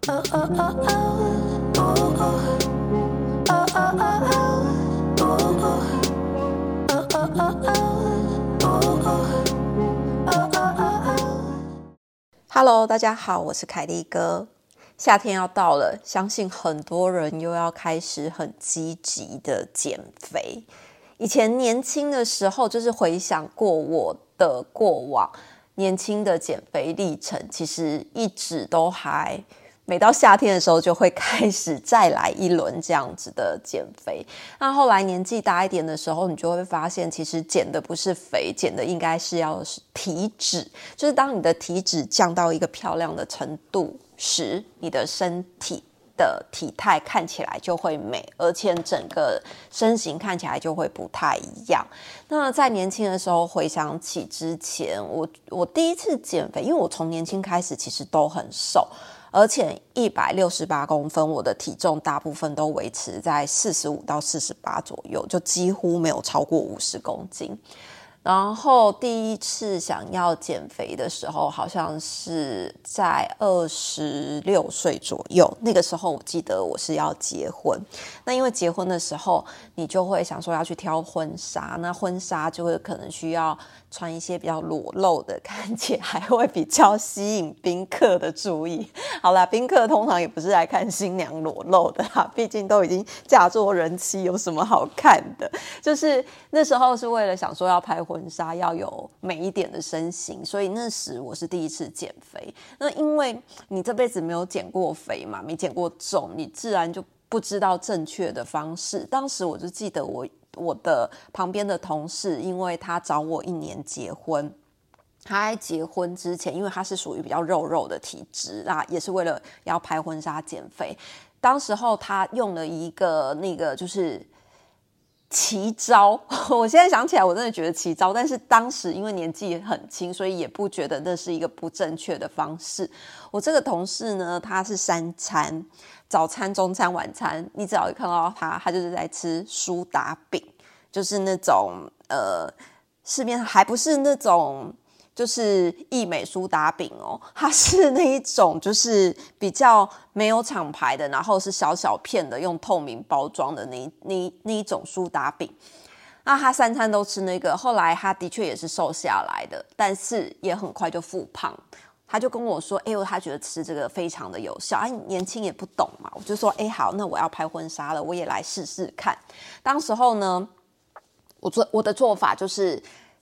Hello， 大家好，我是凯莉哥。夏天要到了，相信很多人又要开始很积极的减肥。以前年轻的时候，就是回想过我的过往，年轻的减肥历程，其实一直都还每到夏天的时候就会开始再来一轮这样子的减肥。那后来年纪大一点的时候，你就会发现其实减的不是肥，减的应该是体脂，就是当你的体脂降到一个漂亮的程度时，你的身体的体态看起来就会美，而且整个身形看起来就会不太一样。那在年轻的时候回想起之前，我第一次减肥，因为我从年轻开始其实都很瘦，而且168公分，我的体重大部分都维持在45到48左右，就几乎没有超过50公斤。然后第一次想要减肥的时候，好像是在26岁左右。那个时候我记得我是要结婚，那因为结婚的时候你就会想说要去挑婚纱，那婚纱就会可能需要穿一些比较裸露的，看起来会比较吸引宾客的注意。好啦，宾客通常也不是来看新娘裸露的啦，毕竟都已经嫁作人妻，有什么好看的？就是那时候是为了想说要拍婚纱要有美一点的身形，所以那时我是第一次减肥。那因为你这辈子没有减过肥嘛，没减过重，你自然就不知道正确的方式。当时我就记得我的旁边的同事，因为他早我1年结婚，他在结婚之前，因为他是属于比较肉的体质，那也是为了要拍婚纱减肥。当时候他用了一个那个就是奇招，我现在想起来我真的觉得奇招，但是当时因为年纪很轻，所以也不觉得那是一个不正确的方式。我这个同事呢，他是3餐，早餐、中餐、晚餐，你只要一看到他就是在吃苏打饼，就是那种市面上还不是那种就是义美苏打饼哦，它是那一种就是比较没有厂牌的，然后是小小片的，用透明包装的那一种苏打饼。那他3餐都吃那个，后来他的确也是瘦下来的，但是也很快就复胖。他就跟我说他觉得吃这个非常的有效，年轻也不懂嘛，我就说好，那我要拍婚纱了，我也来试试看。当时候呢，我的做法就是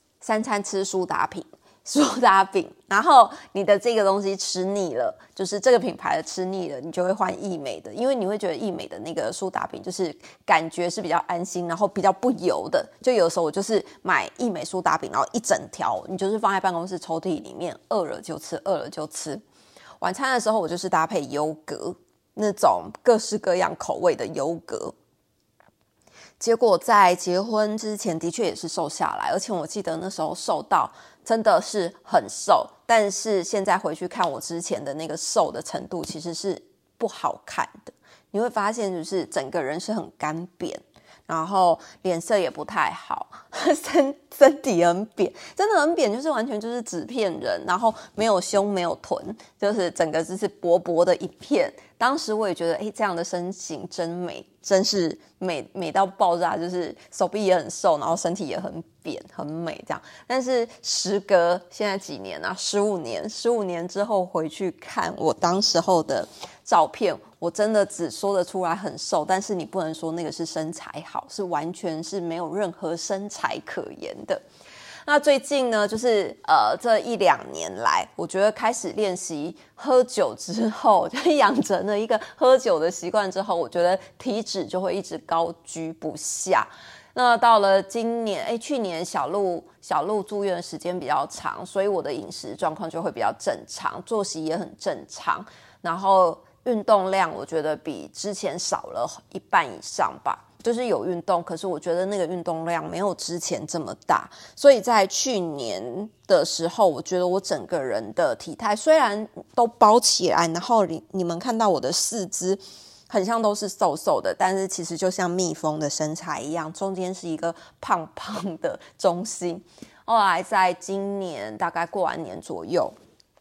3餐吃苏打饼，然后你的这个东西吃腻了，就是这个品牌的吃腻了，你就会换义美的，因为你会觉得义美的那个苏打饼就是感觉是比较安心，然后比较不油的。就有时候我就是买义美苏打饼，然后一整条，你就是放在办公室抽屉里面，饿了就吃。晚餐的时候我就是搭配优格，那种各式各样口味的优格。结果在结婚之前的确也是瘦下来，而且我记得那时候瘦到真的是很瘦，但是现在回去看我之前的那个瘦的程度其实是不好看的。你会发现就是整个人是很干扁，然后脸色也不太好，身体很扁，真的很扁，就是完全就是纸片人，然后没有胸没有臀，就是整个就是薄薄的一片。当时我也觉得这样的身形真美，真是美到爆炸，就是手臂也很瘦，然后身体也很扁很美这样。但是时隔现在几年啊，15年之后回去看我当时候的照片，我真的只说得出来很瘦，但是你不能说那个是身材好，是完全是没有任何身材可言的。那最近呢，就是这1-2年来，我觉得开始练习喝酒之后，就养成了一个喝酒的习惯之后，我觉得体脂就会一直高居不下。那到了今年，去年小鹿住院的时间比较长，所以我的饮食状况就会比较正常，作息也很正常，然后运动量我觉得比之前少了1半以上吧。就是有运动，可是我觉得那个运动量没有之前这么大，所以在去年的时候，我觉得我整个人的体态虽然都包起来，然后你们看到我的四肢很像都是瘦瘦的，但是其实就像蜜蜂的身材一样，中间是一个胖胖的中心。后来在今年大概过完年左右，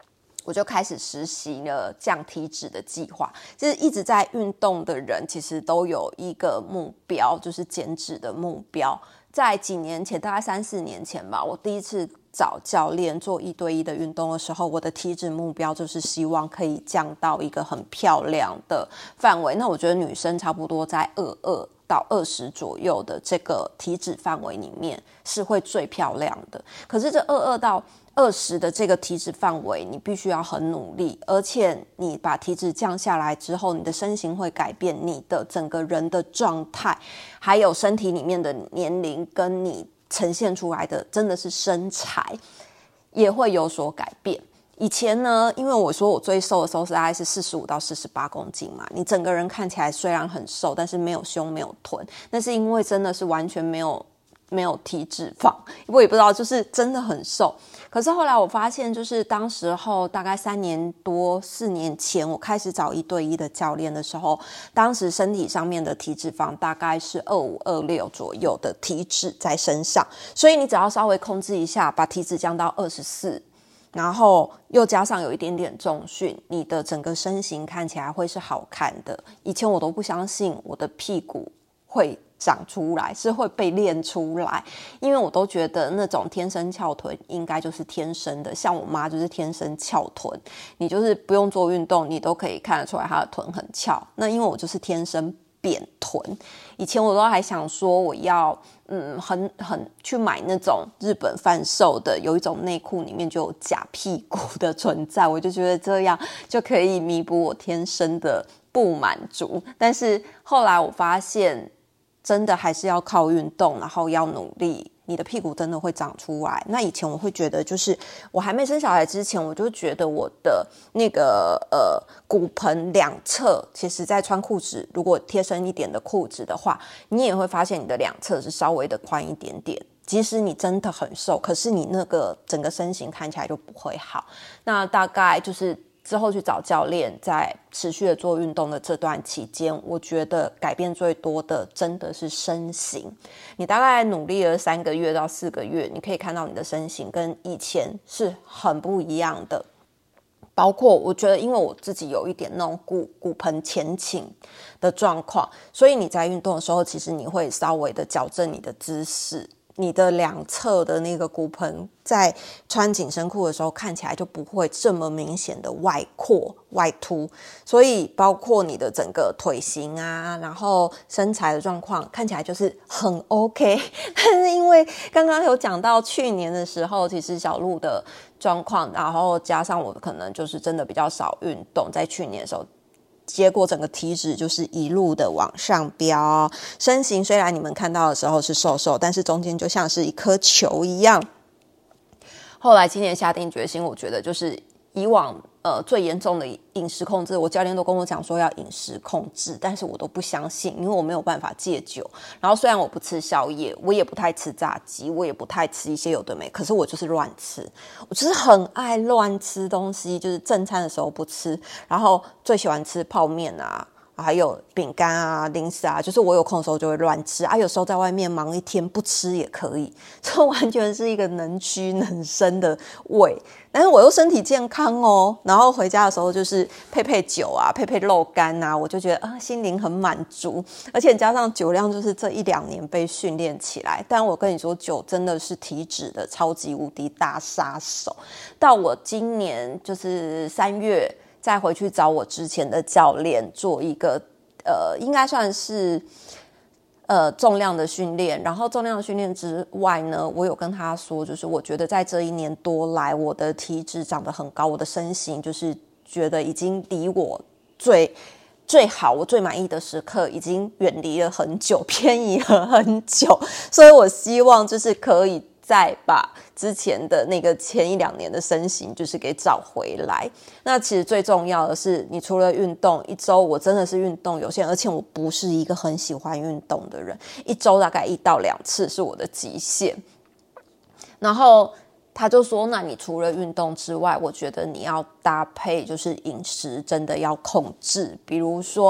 我就开始实习了降体脂的计划。就是一直在运动的人其实都有一个目标，就是减脂的目标。在几年前，大概3-4年前吧，我第一次找教练做1对1的运动的时候，我的体脂目标就是希望可以降到一个很漂亮的范围。那我觉得女生差不多在22到20左右的这个体脂范围里面是会最漂亮的。可是这22到20的这个体脂范围，你必须要很努力，而且你把体脂降下来之后，你的身形会改变，你的整个人的状态，还有身体里面的年龄，跟你呈现出来的真的是身材也会有所改变。以前呢，因为我说我最瘦的时候是大概是45到48公斤嘛，你整个人看起来虽然很瘦，但是没有胸没有臀，那是因为真的是完全没有体脂肪，我也不知道，就是真的很瘦。可是后来我发现，就是当时候大概3年多4年前我开始找1对1的教练的时候，当时身体上面的体脂肪大概是25、26左右的体脂在身上，所以你只要稍微控制一下，把体脂降到24，然后又加上有一点点重训，你的整个身形看起来会是好看的。以前我都不相信我的屁股会长出来，是会被练出来，因为我都觉得那种天生翘臀应该就是天生的，像我妈就是天生翘臀，你就是不用做运动你都可以看得出来她的臀很翘。那因为我就是天生扁臀，以前我都还想说我要很去买那种日本贩售的，有一种内裤里面就有假屁股的存在，我就觉得这样就可以弥补我天生的不满足。但是后来我发现真的还是要靠运动，然后要努力，你的屁股真的会长出来。那以前我会觉得，就是我还没生小孩之前，我就觉得我的那个骨盆两侧，其实在穿裤子，如果贴身一点的裤子的话，你也会发现你的两侧是稍微的宽一点点。即使你真的很瘦，可是你那个整个身形看起来就不会好。那大概就是之后去找教练，在持续的做运动的这段期间，我觉得改变最多的真的是身形。你大概努力了3个月到4个月，你可以看到你的身形跟以前是很不一样的。包括我觉得因为我自己有一点那种骨盆前倾的状况，所以你在运动的时候，其实你会稍微的矫正你的姿势，你的两侧的那个骨盆在穿紧身裤的时候看起来就不会这么明显的外扩外凸，所以包括你的整个腿型啊，然后身材的状况看起来就是很 OK。 但是因为刚刚有讲到去年的时候，其实小鹿的状况，然后加上我可能就是真的比较少运动，在去年的时候，结果整个体脂就是一路的往上飙，身形虽然你们看到的时候是瘦瘦，但是中间就像是一颗球一样。后来今年下定决心，我觉得就是以往最严重的饮食控制，我教练都跟我讲说要饮食控制，但是我都不相信，因为我没有办法戒酒。然后虽然我不吃宵夜，我也不太吃炸鸡，我也不太吃一些有的没，可是我就是乱吃，我就是很爱乱吃东西，就是正餐的时候不吃，然后最喜欢吃泡面啊，还有饼干啊、零食啊，就是我有空的时候就会乱吃啊。有时候在外面忙一天不吃也可以，这完全是一个能屈能伸的胃。但是我又身体健康哦，然后回家的时候就是配酒啊，配肉干啊，我就觉得心灵很满足。而且加上酒量，就是这1-2年被训练起来。但我跟你说，酒真的是体脂的超级无敌大杀手。到我今年就是3月。再回去找我之前的教练做一个应该算是重量的训练。然后重量的训练之外呢，我有跟他说，就是我觉得在这1年多来，我的体脂长得很高，我的身形就是觉得已经离我最好我最满意的时刻已经远离了很久，偏移了很久。所以我希望就是可以再把之前的那个前1-2年的身形就是给找回来。那其实最重要的是，你除了运动1周，我真的是运动有限，而且我不是一个很喜欢运动的人，1周大概1到2次是我的极限。然后他就说，那你除了运动之外，我觉得你要搭配就是饮食真的要控制，比如说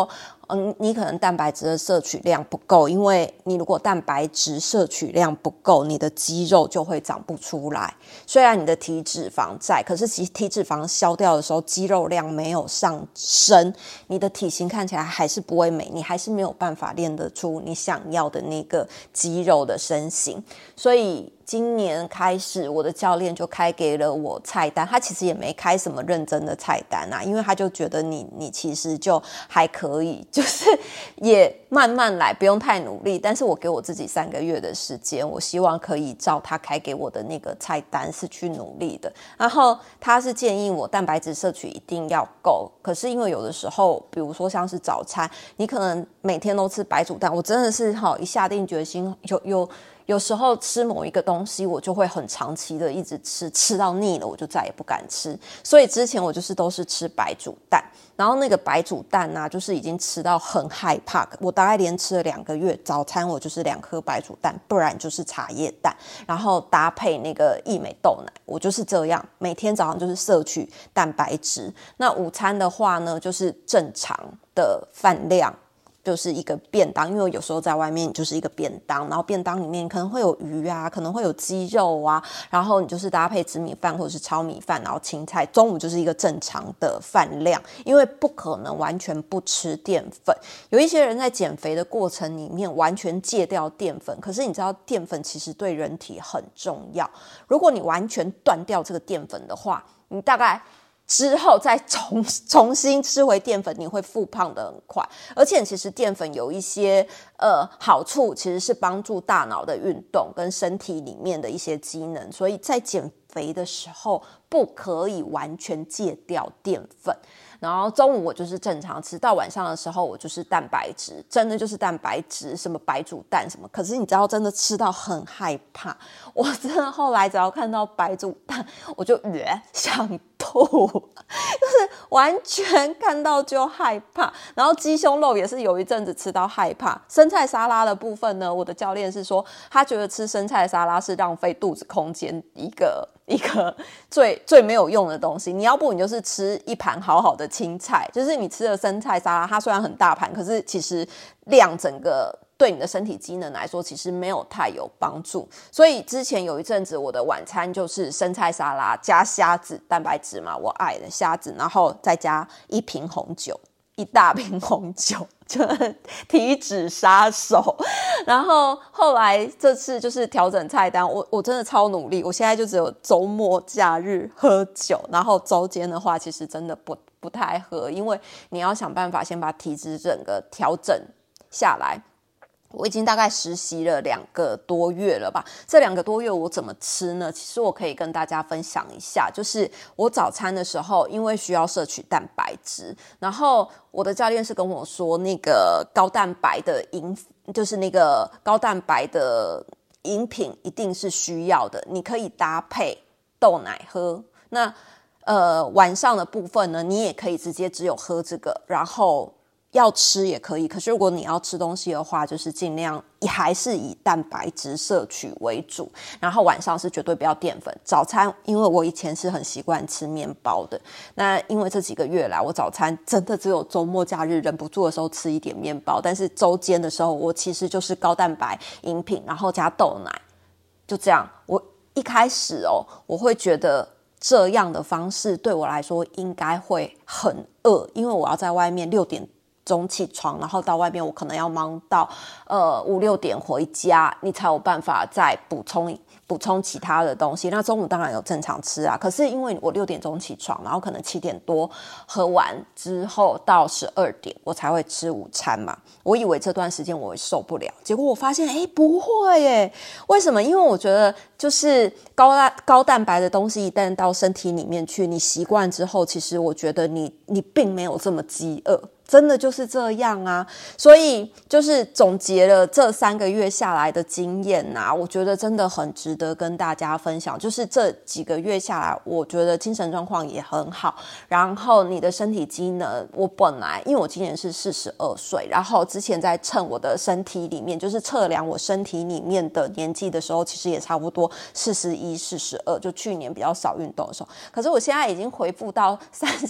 你可能蛋白质的摄取量不够，因为你如果蛋白质摄取量不够，你的肌肉就会长不出来。虽然你的体脂肪在，可是其实体脂肪消掉的时候，肌肉量没有上升，你的体型看起来还是不会美，你还是没有办法练得出你想要的那个肌肉的身形。所以今年开始，我的教练就开给了我菜单，他其实也没开什么认真的菜单啊，因为他就觉得你其实就还可以，就是也慢慢来，不用太努力。但是我给我自己3个月的时间，我希望可以照他开给我的那个菜单是去努力的。然后他是建议我蛋白质摄取一定要够，可是因为有的时候，比如说像是早餐，你可能每天都吃白煮蛋，我真的是一下定决心有时候吃某一个东西，我就会很长期的一直吃到腻了，我就再也不敢吃。所以之前我都是吃白煮蛋，然后那个白煮蛋啊，就是已经吃到很害怕。我大概连吃了2个月，早餐我就是2颗白煮蛋，不然就是茶叶蛋，然后搭配那个益美豆奶，我就是这样，每天早上就是摄取蛋白质。那午餐的话呢，就是正常的饭量。就是一个便当，因为有时候在外面就是一个便当，然后便当里面可能会有鱼啊，可能会有鸡肉啊，然后你就是搭配紫米饭或者是糙米饭，然后青菜，中午就是一个正常的饭量，因为不可能完全不吃淀粉。有一些人在减肥的过程里面完全戒掉淀粉，可是你知道淀粉其实对人体很重要，如果你完全断掉这个淀粉的话，你大概之后再重新吃回淀粉，你会复胖的很快。而且其实淀粉有一些好处，其实是帮助大脑的运动跟身体里面的一些机能，所以在减肥的时候不可以完全戒掉淀粉。然后中午我就是正常吃，到晚上的时候我就是蛋白质，真的就是蛋白质，什么白煮蛋什么。可是你知道真的吃到很害怕，我真的后来只要看到白煮蛋我就想吐，就是完全看到就害怕。然后鸡胸肉也是有一阵子吃到害怕。生菜沙拉的部分呢，我的教练是说他觉得吃生菜沙拉是浪费肚子空间一个最没有用的东西。你要不你就是吃一盘好好的青菜，就是你吃的生菜沙拉，它虽然很大盘，可是其实量整个对你的身体机能来说其实没有太有帮助。所以之前有一阵子我的晚餐就是生菜沙拉加虾子，蛋白质嘛，我爱的虾子，然后再加一瓶红酒，一大瓶红酒，就体脂杀手。然后后来这次就是调整菜单，我真的超努力，我现在就只有周末假日喝酒，然后周间的话其实真的不太喝，因为你要想办法先把体脂整个调整下来。我已经大概实习了2个多月了吧，这2个多月我怎么吃呢？其实我可以跟大家分享一下，就是我早餐的时候因为需要摄取蛋白质，然后我的教练是跟我说那个高蛋白的就是那个高蛋白的饮品一定是需要的，你可以搭配豆奶喝。那晚上的部分呢，你也可以直接只有喝这个，然后要吃也可以，可是如果你要吃东西的话，就是尽量还是以蛋白质摄取为主，然后晚上是绝对不要淀粉。早餐因为我以前是很习惯吃面包的，那因为这几个月来我早餐真的只有周末假日忍不住的时候吃一点面包，但是周间的时候我其实就是高蛋白饮品，然后加豆奶，就这样。我一开始我会觉得这样的方式对我来说应该会很饿，因为我要在外面6点钟起床，然后到外面我可能要忙到5、6点回家，你才有办法再补充其他的东西。那中午当然有正常吃啊，可是因为我6点钟起床，然后可能7点多喝完之后到12点我才会吃午餐嘛。我以为这段时间我会受不了，结果我发现不会耶。为什么？因为我觉得就是高蛋白的东西一旦到身体里面去，你习惯之后，其实我觉得你并没有这么饥饿，真的就是这样啊。所以就是总结了这3个月下来的经验啊，我觉得真的很值得跟大家分享。就是这几个月下来，我觉得精神状况也很好，然后你的身体机能，我本来因为我今年是42岁，然后之前在称我的身体里面，就是测量我身体里面的年纪的时候，其实也差不多说41、42，就去年比较少运动的时候。可是我现在已经回复到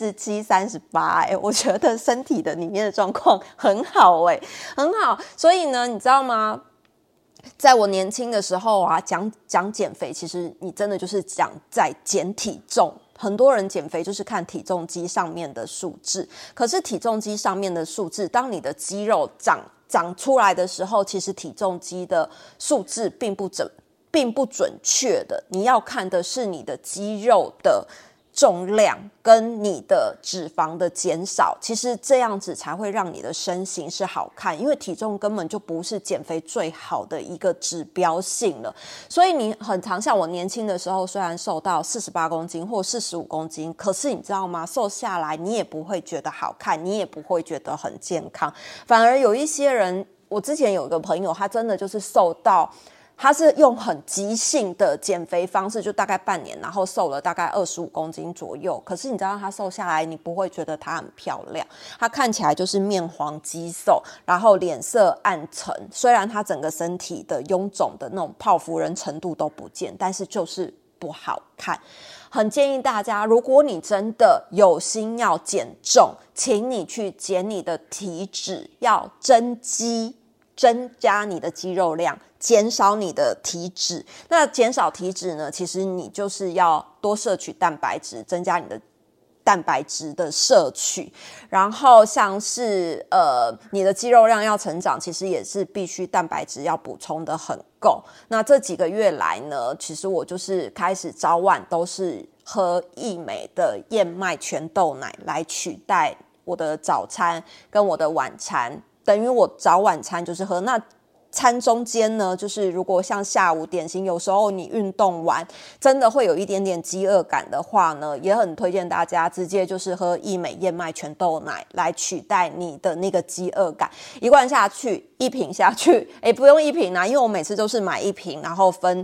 37、38，我觉得身体的里面的状况很好很好。所以呢，你知道吗？在我年轻的时候啊，讲减肥，其实你真的就是讲在减体重。很多人减肥就是看体重机上面的数字，可是体重机上面的数字，当你的肌肉长出来的时候，其实体重机的数字并不准确的。你要看的是你的肌肉的重量跟你的脂肪的减少，其实这样子才会让你的身形是好看，因为体重根本就不是减肥最好的一个指标性了。所以你很常像我年轻的时候，虽然瘦到48公斤或45公斤，可是你知道吗？瘦下来你也不会觉得好看，你也不会觉得很健康，反而有一些人，我之前有一个朋友，他真的就是瘦到他是用很急性的减肥方式，就大概半年，然后瘦了大概25公斤左右。可是你知道他瘦下来，你不会觉得他很漂亮，他看起来就是面黄肌瘦，然后脸色暗沉。虽然他整个身体的臃肿的那种泡芙人程度都不见，但是就是不好看。很建议大家，如果你真的有心要减重，请你去减你的体脂，要增加你的肌肉量，减少你的体脂。那减少体脂呢，其实你就是要多摄取蛋白质，增加你的蛋白质的摄取。然后像是你的肌肉量要成长，其实也是必须蛋白质要补充的很够。那这几个月来呢，其实我就是开始早晚都是喝益美的燕麦全豆奶来取代我的早餐跟我的晚餐，等于我早晚餐就是喝。那餐中间呢，就是如果像下午点心，有时候你运动完真的会有一点点饥饿感的话呢，也很推荐大家直接就是喝益美燕麦全豆奶来取代你的那个饥饿感。一罐下去，一瓶下去，不用一瓶啊，因为我每次都是买一瓶，然后分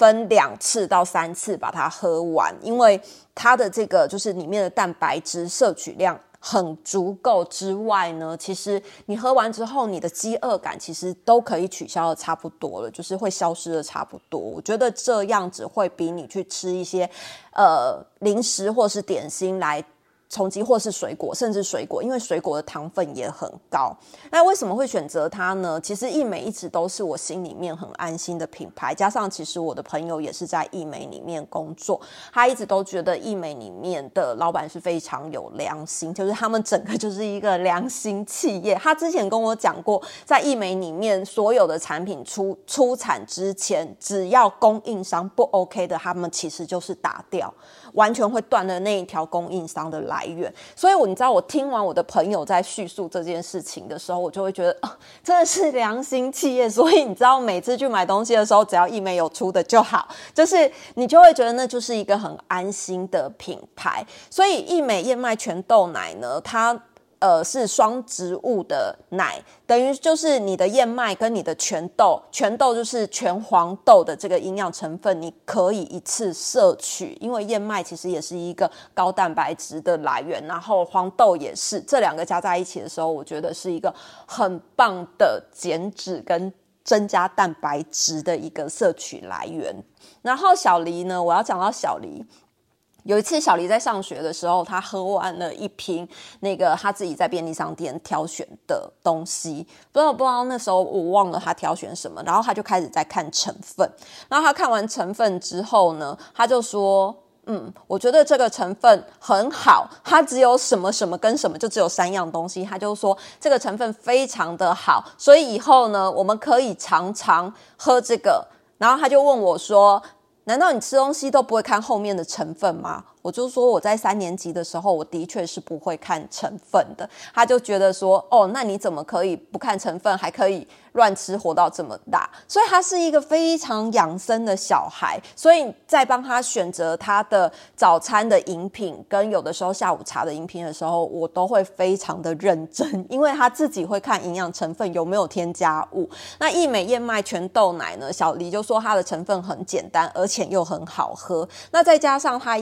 2次到3次把它喝完，因为它的这个就是里面的蛋白质摄取量很足够之外呢，其实你喝完之后，你的饥饿感其实都可以取消的差不多了，就是会消失的差不多。我觉得这样子会比你去吃一些零食或是点心来充饥，或是水果，甚至水果，因为水果的糖分也很高。那为什么会选择它呢？其实益美一直都是我心里面很安心的品牌，加上其实我的朋友也是在益美里面工作，他一直都觉得益美里面的老板是非常有良心，就是他们整个就是一个良心企业。他之前跟我讲过，在益美里面所有的产品出产之前，只要供应商不 OK 的，他们其实就是打掉，完全会断了那一条供应商的来源。所以你知道我听完我的朋友在叙述这件事情的时候，我就会觉得真的是良心企业。所以你知道每次去买东西的时候，只要益美有出的就好，就是你就会觉得那就是一个很安心的品牌。所以益美燕麦全豆奶呢，它是双植物的奶，等于就是你的燕麦跟你的全豆就是全黄豆的这个营养成分，你可以一次摄取，因为燕麦其实也是一个高蛋白质的来源，然后黄豆也是，这两个加在一起的时候，我觉得是一个很棒的减脂跟增加蛋白质的一个摄取来源。然后小黎呢，我要讲到小黎。有一次小黎在上学的时候，他喝完了一瓶那个他自己在便利商店挑选的东西，不知道那时候我忘了他挑选什么，然后他就开始在看成分。然后他看完成分之后呢，他就说我觉得这个成分很好，它只有什么什么跟什么，就只有3样东西。他就说这个成分非常的好，所以以后呢我们可以常常喝这个。然后他就问我说，难道你吃东西都不会看后面的成分吗？我就说我在3年级的时候，我的确是不会看成分的。他就觉得说，那你怎么可以不看成分，还可以乱吃活到这么大？所以他是一个非常养生的小孩。所以在帮他选择他的早餐的饮品跟有的时候下午茶的饮品的时候，我都会非常的认真，因为他自己会看营养成分有没有添加物。那益美燕麦全豆奶呢，小黎就说它的成分很简单，而且又很好喝。那再加上它一个全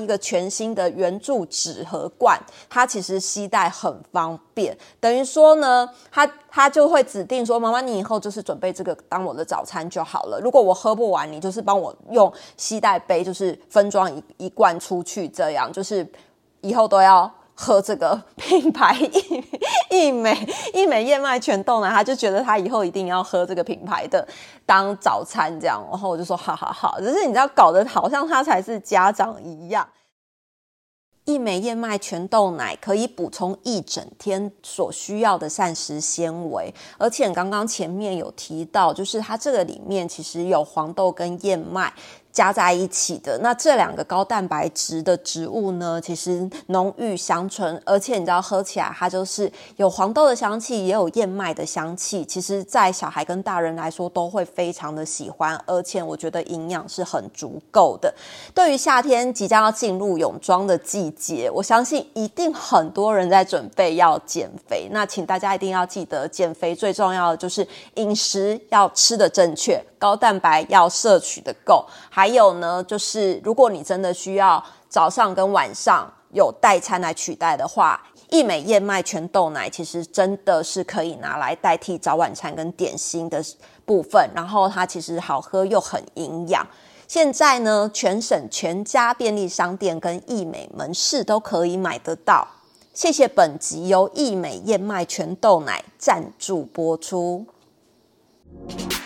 全新的圆柱纸盒罐，它其实携带很方便，等于说呢它就会指定说，妈妈你以后就是准备这个当我的早餐就好了，如果我喝不完，你就是帮我用携带杯就是分装一罐出去，这样就是以后都要喝这个品牌益美燕麦全豆奶，他就觉得他以后一定要喝这个品牌的当早餐这样，然后我就说好，只是你知道搞得好像他才是家长一样。益美燕麦全豆奶可以补充一整天所需要的膳食纤维，而且刚刚前面有提到，就是它这个里面其实有黄豆跟燕麦加在一起的，那这两个高蛋白质的植物呢，其实浓郁香醇，而且你知道喝起来它就是有黄豆的香气，也有燕麦的香气，其实在小孩跟大人来说都会非常的喜欢，而且我觉得营养是很足够的。对于夏天即将要进入泳装的季节，我相信一定很多人在准备要减肥，那请大家一定要记得，减肥最重要的就是饮食要吃的正确，高蛋白要摄取的够，还有呢就是如果你真的需要早上跟晚上有代餐来取代的话，益美燕麦全豆奶其实真的是可以拿来代替早晚餐跟点心的部分，然后它其实好喝又很营养。现在呢全省全家便利商店跟益美门市都可以买得到。谢谢本集由益美燕麦全豆奶赞助播出。